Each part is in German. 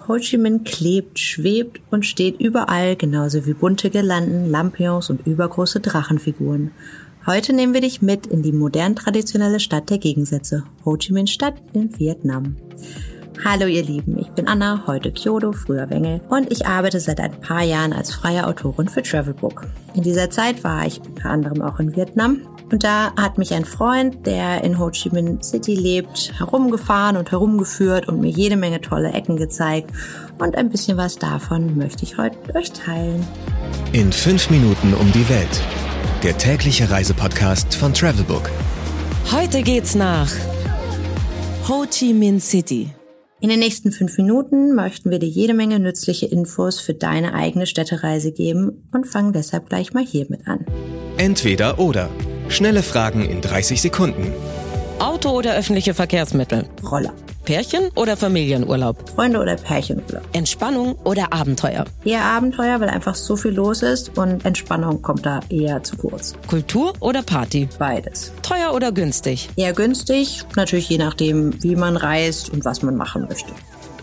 Ho Chi Minh klebt, schwebt und steht überall, genauso wie bunte Girlanden, Lampions und übergroße Drachenfiguren. Heute nehmen wir dich mit in die modern-traditionelle Stadt der Gegensätze, Ho Chi Minh Stadt in Vietnam. Hallo ihr Lieben, ich bin Anna, heute Kyoto, früher Wengel, und ich arbeite seit ein paar Jahren als freie Autorin für Travelbook. In dieser Zeit war ich unter anderem auch in Vietnam und da hat mich ein Freund, der in Ho Chi Minh City lebt, herumgefahren und herumgeführt und mir jede Menge tolle Ecken gezeigt und ein bisschen was davon möchte ich heute mit euch teilen. In 5 Minuten um die Welt. Der tägliche Reisepodcast von Travelbook. Heute geht's nach Ho Chi Minh City. In den nächsten 5 Minuten möchten wir dir jede Menge nützliche Infos für deine eigene Städtereise geben und fangen deshalb gleich mal hiermit an. Entweder oder. Schnelle Fragen in 30 Sekunden. Auto oder öffentliche Verkehrsmittel? Roller. Pärchen oder Familienurlaub? Freunde oder Pärchenurlaub? Entspannung oder Abenteuer? Eher Abenteuer, weil einfach so viel los ist und Entspannung kommt da eher zu kurz. Kultur oder Party? Beides. Teuer oder günstig? Eher günstig, natürlich je nachdem, wie man reist und was man machen möchte.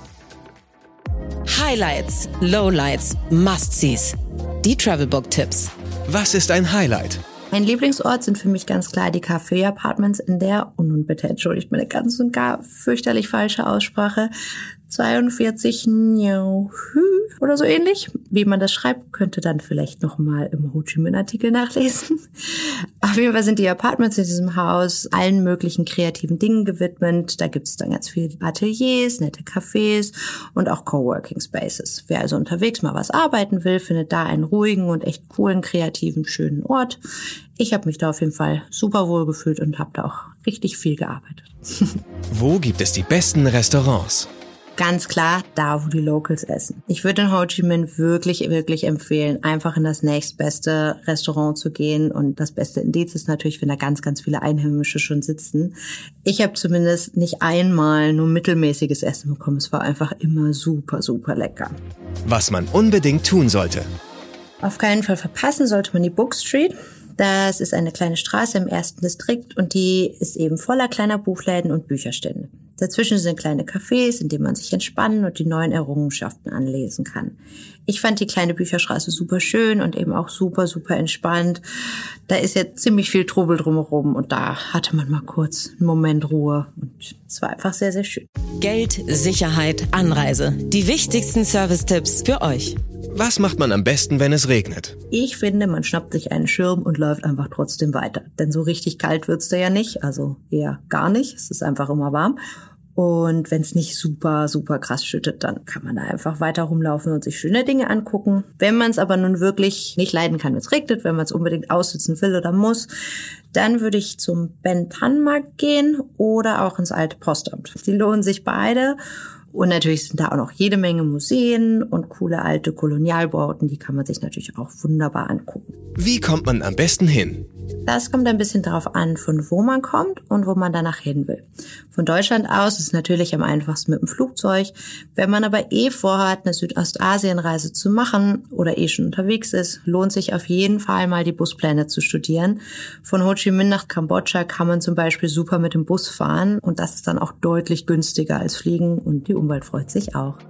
Highlights, Lowlights, Must-Sees. Die Travelbook-Tipps. Was ist ein Highlight? Mein Lieblingsort sind für mich ganz klar die Café Apartments in der, und nun bitte entschuldigt meine ganz und gar fürchterlich falsche Aussprache, 42 Nha Hue oder so ähnlich. Wie man das schreibt, könnte dann vielleicht nochmal im Ho Chi Minh Artikel nachlesen. Auf jeden Fall sind die Apartments in diesem Haus allen möglichen kreativen Dingen gewidmet. Da gibt es dann ganz viele Ateliers, nette Cafés und auch Coworking Spaces. Wer also unterwegs mal was arbeiten will, findet da einen ruhigen und echt coolen, kreativen, schönen Ort. Ich habe mich da auf jeden Fall super wohl gefühlt und habe da auch richtig viel gearbeitet. Wo gibt es die besten Restaurants? Ganz klar, da wo die Locals essen. Ich würde in Ho Chi Minh wirklich empfehlen, einfach in das nächstbeste Restaurant zu gehen. Und das beste Indiz ist natürlich, wenn da ganz, ganz viele Einheimische schon sitzen. Ich habe zumindest nicht einmal nur mittelmäßiges Essen bekommen. Es war einfach immer super, super lecker. Was man unbedingt tun sollte. Auf keinen Fall verpassen sollte man die Book Street. Das ist eine kleine Straße im 1. Distrikt und die ist eben voller kleiner Buchläden und Bücherstände. Dazwischen sind kleine Cafés, in denen man sich entspannen und die neuen Errungenschaften anlesen kann. Ich fand die kleine Bücherstraße super schön und eben auch super, super entspannt. Da ist ja ziemlich viel Trubel drumherum und da hatte man mal kurz einen Moment Ruhe und es war einfach sehr, sehr schön. Geld, Sicherheit, Anreise. Die wichtigsten Service-Tipps für euch. Was macht man am besten, wenn es regnet? Ich finde, man schnappt sich einen Schirm und läuft einfach trotzdem weiter. Denn so richtig kalt wird's da ja nicht, also eher gar nicht. Es ist einfach immer warm. Und wenn es nicht super, super krass schüttet, dann kann man da einfach weiter rumlaufen und sich schöne Dinge angucken. Wenn man es aber nun wirklich nicht leiden kann, wenn es regnet, wenn man es unbedingt aussitzen will oder muss, dann würde ich zum Ben Thanh Markt gehen oder auch ins alte Postamt. Die lohnen sich beide. Und natürlich sind da auch noch jede Menge Museen und coole alte Kolonialbauten, die kann man sich natürlich auch wunderbar angucken. Wie kommt man am besten hin? Das kommt ein bisschen darauf an, von wo man kommt und wo man danach hin will. Von Deutschland aus ist es natürlich am einfachsten mit dem Flugzeug. Wenn man aber vorhat, eine Südostasienreise zu machen oder schon unterwegs ist, lohnt sich auf jeden Fall mal die Buspläne zu studieren. Von Ho Chi Minh nach Kambodscha kann man zum Beispiel super mit dem Bus fahren und das ist dann auch deutlich günstiger als Fliegen und die Umwelt freut sich auch.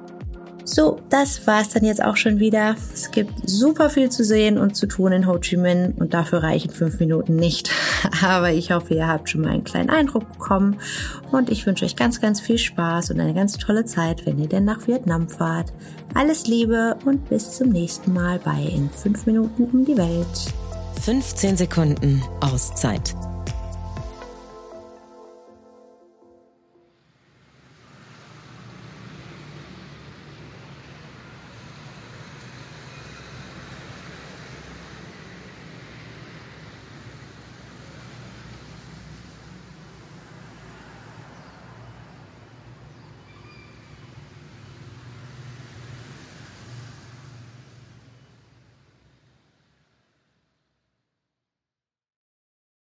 So, das war's dann jetzt auch schon wieder. Es gibt super viel zu sehen und zu tun in Ho Chi Minh und dafür reichen 5 Minuten nicht. Aber ich hoffe, ihr habt schon mal einen kleinen Eindruck bekommen und ich wünsche euch ganz, ganz viel Spaß und eine ganz tolle Zeit, wenn ihr denn nach Vietnam fahrt. Alles Liebe und bis zum nächsten Mal bei In 5 Minuten um die Welt. 15 Sekunden Auszeit.